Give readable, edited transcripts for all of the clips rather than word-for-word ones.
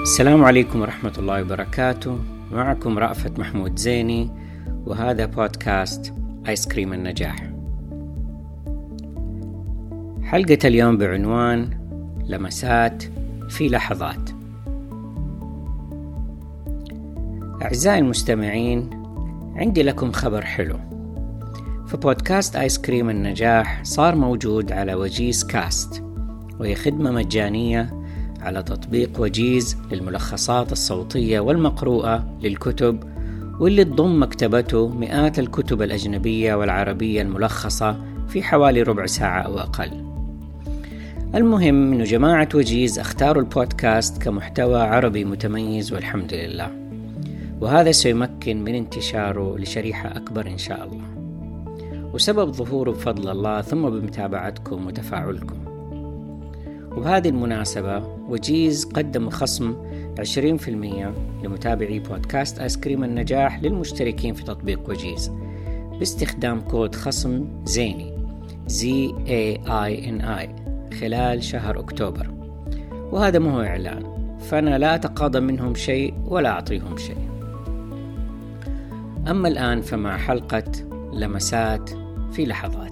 السلام عليكم ورحمة الله وبركاته. معكم رأفت محمود زيني، وهذا بودكاست آيس كريم النجاح. حلقة اليوم بعنوان لمسات في لحظات. أعزائي المستمعين، عندي لكم خبر حلو. في بودكاست آيس كريم النجاح صار موجود على وجيز كاست، وهي خدمة مجانية على تطبيق وجيز للملخصات الصوتية والمقروءة للكتب، واللي تضم مكتبته مئات الكتب الأجنبية والعربية الملخصة في حوالي ربع ساعة أو أقل. المهم إنه جماعة وجيز اختاروا البودكاست كمحتوى عربي متميز والحمد لله، وهذا سيمكن من انتشاره لشريحة أكبر إن شاء الله، وسبب ظهوره بفضل الله ثم بمتابعتكم وتفاعلكم. وبهذه المناسبة وجيز قدم خصم 20% لمتابعي بودكاست آيس كريم النجاح للمشتركين في تطبيق وجيز باستخدام كود خصم زيني ZAINI خلال شهر أكتوبر. وهذا مو إعلان، فأنا لا أتقاضى منهم شيء ولا أعطيهم شيء. أما الآن فمع حلقة لمسات في لحظات.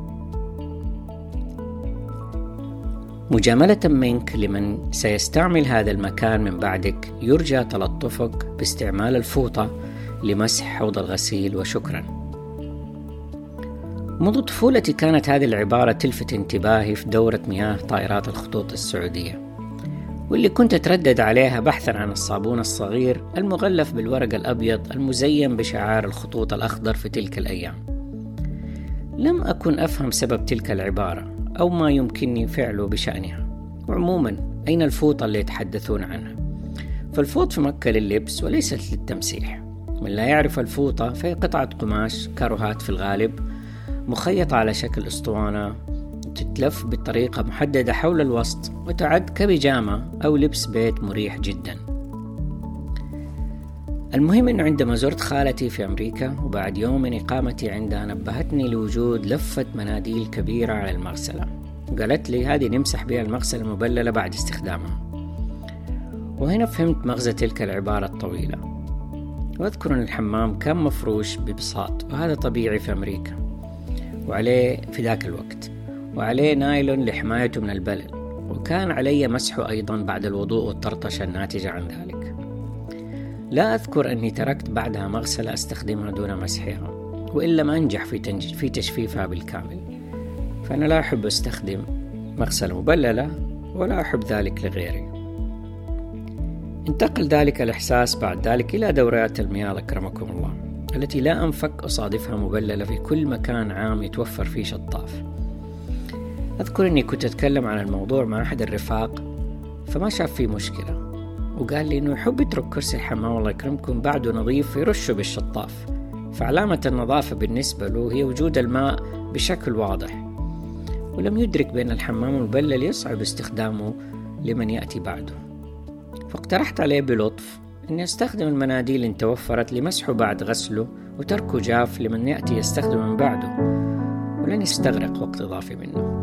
مجاملة منك لمن سيستعمل هذا المكان من بعدك، يرجى تلطفك باستعمال الفوطة لمسح حوض الغسيل، وشكرا. منذ طفولتي كانت هذه العبارة تلفت انتباهي في دورة مياه طائرات الخطوط السعودية، واللي كنت أتردد عليها بحثا عن الصابون الصغير المغلف بالورق الأبيض المزين بشعار الخطوط الأخضر في تلك الأيام. لم أكن أفهم سبب تلك العبارة أو ما يمكنني فعله بشأنها، وعموما أين الفوطة اللي يتحدثون عنها؟ فالفوط في مكة لللبس وليست للتمسيح. من لا يعرف الفوطة فهي قطعة قماش كاروهات في الغالب، مخيطة على شكل أسطوانة، تتلف بطريقة محددة حول الوسط، وتعد كبيجامة أو لبس بيت مريح جدا. المهم أنه عندما زرت خالتي في أمريكا وبعد يوم من إقامتي عندها، نبهتني لوجود لفة مناديل كبيرة على المغسلة، وقالت لي هذه نمسح بها المغسلة المبللة بعد استخدامها. وهنا فهمت مغزى تلك العبارة الطويلة. وأذكر أن الحمام كان مفروش ببساط، وهذا طبيعي في أمريكا وعليه في ذاك الوقت، وعليه نايلون لحمايته من البلل، وكان علي مسحه أيضا بعد الوضوء والطرطشة الناتجة عن ذلك. لا أذكر أني تركت بعدها مغسلة أستخدمها دون مسحها، وإن لم أنجح في تجفيفها بالكامل. فأنا لا أحب أستخدم مغسلة مبللة ولا أحب ذلك لغيري. انتقل ذلك الإحساس بعد ذلك إلى دورات المياه أكرمكم الله، التي لا أنفك أصادفها مبللة في كل مكان عام يتوفر فيه شطاف. أذكر أني كنت أتكلم عن الموضوع مع أحد الرفاق، فما شاف فيه مشكلة، وقال لي إنه يحب يترك كرسي الحمام الله يكرمكم بعده نظيف يرشه بالشطاف، فعلامة النظافة بالنسبة له هي وجود الماء بشكل واضح، ولم يدرك بأن الحمام المبلل يصعب استخدامه لمن يأتي بعده. فاقترحت عليه بلطف أني أستخدم المناديل إن توفرت لمسحه بعد غسله وتركه جاف لمن يأتي يستخدم من بعده، ولن يستغرق وقت إضافي منه.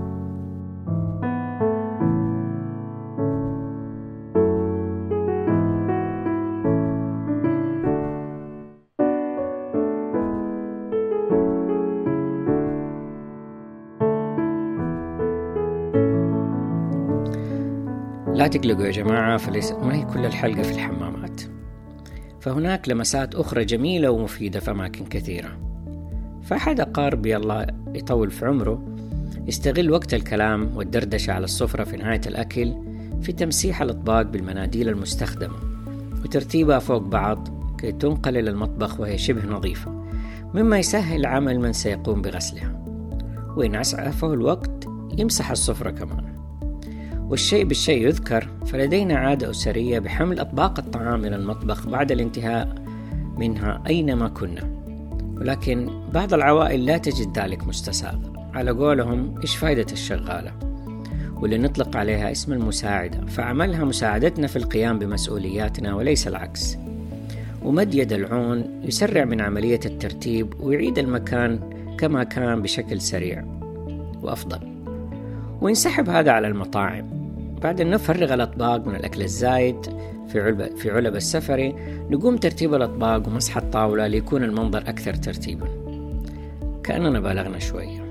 لا تقلقوا يا جماعة، ما هي كل الحلقة في الحمامات، فهناك لمسات أخرى جميلة ومفيدة في أماكن كثيرة. فأحد أقاربي الله يطول في عمره يستغل وقت الكلام والدردشة على السفرة في نهاية الأكل في تمسيح الأطباق بالمناديل المستخدمة وترتيبها فوق بعض كي تنقل إلى المطبخ وهي شبه نظيفة، مما يسهل عمل من سيقوم بغسلها، وإن أسعفه الوقت يمسح السفرة كمان. والشيء بالشيء يذكر، فلدينا عادة أسرية بحمل أطباق الطعام إلى المطبخ بعد الانتهاء منها أينما كنا، ولكن بعض العوائل لا تجد ذلك مستساغ. على قولهم إيش فايدة الشغالة، واللي نطلق عليها اسم المساعدة، فعملها مساعدتنا في القيام بمسؤولياتنا وليس العكس. ومد يد العون يسرع من عملية الترتيب ويعيد المكان كما كان بشكل سريع وأفضل. وينسحب هذا على المطاعم، بعد أن نفرغ الأطباق من الأكل الزايد في علب السفري، نقوم ترتيب الأطباق ومسح الطاولة ليكون المنظر أكثر ترتيبا. كأننا بالغنا شوية.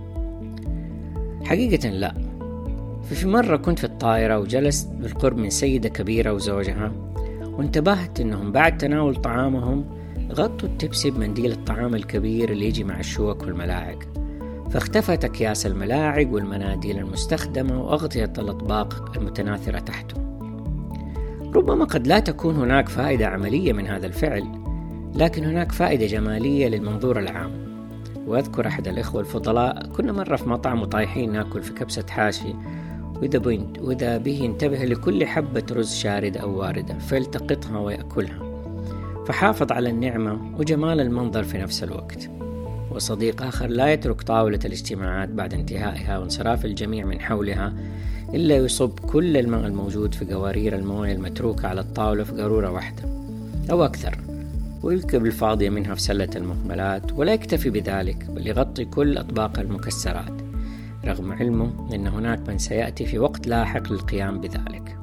حقيقة لا. في مرة كنت في الطائرة وجلست بالقرب من سيدة كبيرة وزوجها، وانتبهت أنهم بعد تناول طعامهم غطوا التبسي بمنديل الطعام الكبير اللي يجي مع الشوك والملاعق، فاختفت أكياس الملاعق والمناديل المستخدمة وأغطية الأطباق المتناثرة تحته. ربما قد لا تكون هناك فائدة عملية من هذا الفعل، لكن هناك فائدة جمالية للمنظور العام. وأذكر أحد الإخوة الفضلاء كنا مرة في مطعم وطايحين ناكل في كبسة حاشي، وإذا به ينتبه لكل حبة رز شاردة أو واردة فيلتقطها ويأكلها، فحافظ على النعمة وجمال المنظر في نفس الوقت. وصديق آخر لا يترك طاولة الاجتماعات بعد انتهائها وانصراف الجميع من حولها إلا يصب كل الماء الموجود في قوارير المويه المتروكة على الطاولة في قارورة واحدة أو أكثر، ويلكب الفاضية منها في سلة المهملات، ولا يكتفي بذلك بل يغطي كل أطباق المكسرات، رغم علمه أن هناك من سيأتي في وقت لاحق للقيام بذلك.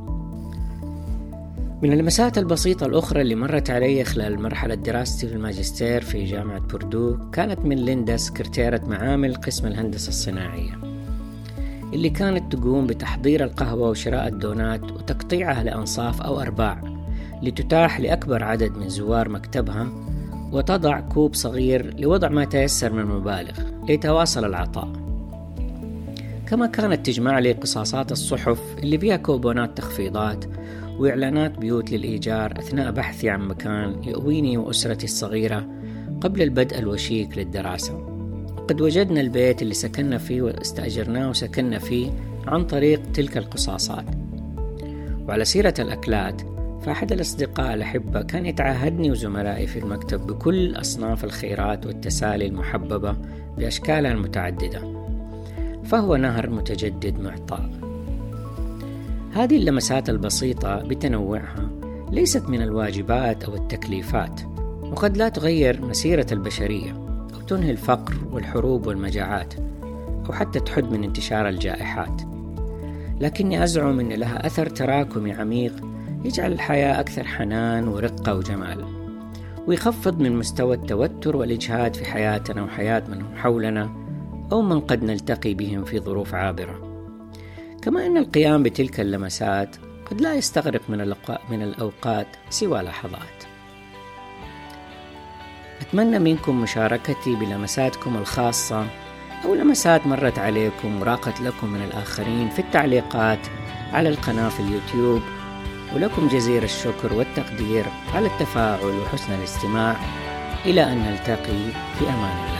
من اللمسات البسيطة الأخرى اللي مرت علي خلال مرحلة دراستي في الماجستير في جامعة بوردو كانت من ليندا، سكرتيرة معامل قسم الهندسة الصناعية، اللي كانت تقوم بتحضير القهوة وشراء الدونات وتقطيعها لأنصاف أو أرباع لتتاح لأكبر عدد من زوار مكتبها، وتضع كوب صغير لوضع ما تيسر من المبالغ ليتواصل العطاء. كما كانت تجمع لي قصاصات الصحف اللي فيها كوبونات تخفيضات وإعلانات بيوت للإيجار أثناء بحثي عن مكان يؤويني وأسرتي الصغيرة قبل البدء الوشيك للدراسة. وقد وجدنا البيت اللي سكننا فيه واستأجرناه وسكننا فيه عن طريق تلك القصاصات. وعلى سيرة الأكلات، فأحد الأصدقاء الأحبة كان يتعاهدني وزملائي في المكتب بكل أصناف الخيرات والتسالي المحببة بأشكالها المتعددة، فهو نهر متجدد معطاء. هذه اللمسات البسيطة بتنوعها ليست من الواجبات أو التكليفات، وقد لا تغير مسيرة البشرية أو تنهي الفقر والحروب والمجاعات أو حتى تحد من انتشار الجائحات، لكني أزعم أن لها أثر تراكمي عميق يجعل الحياة أكثر حنان ورقة وجمال، ويخفض من مستوى التوتر والإجهاد في حياتنا وحياة من حولنا أو من قد نلتقي بهم في ظروف عابرة. كما أن القيام بتلك اللمسات قد لا يستغرق من الأوقات سوى لحظات. أتمنى منكم مشاركتي بلمساتكم الخاصة أو لمسات مرت عليكم وراقت لكم من الآخرين في التعليقات على القناة في اليوتيوب، ولكم جزيل الشكر والتقدير على التفاعل وحسن الاستماع. إلى أن نلتقي، في أمان الله.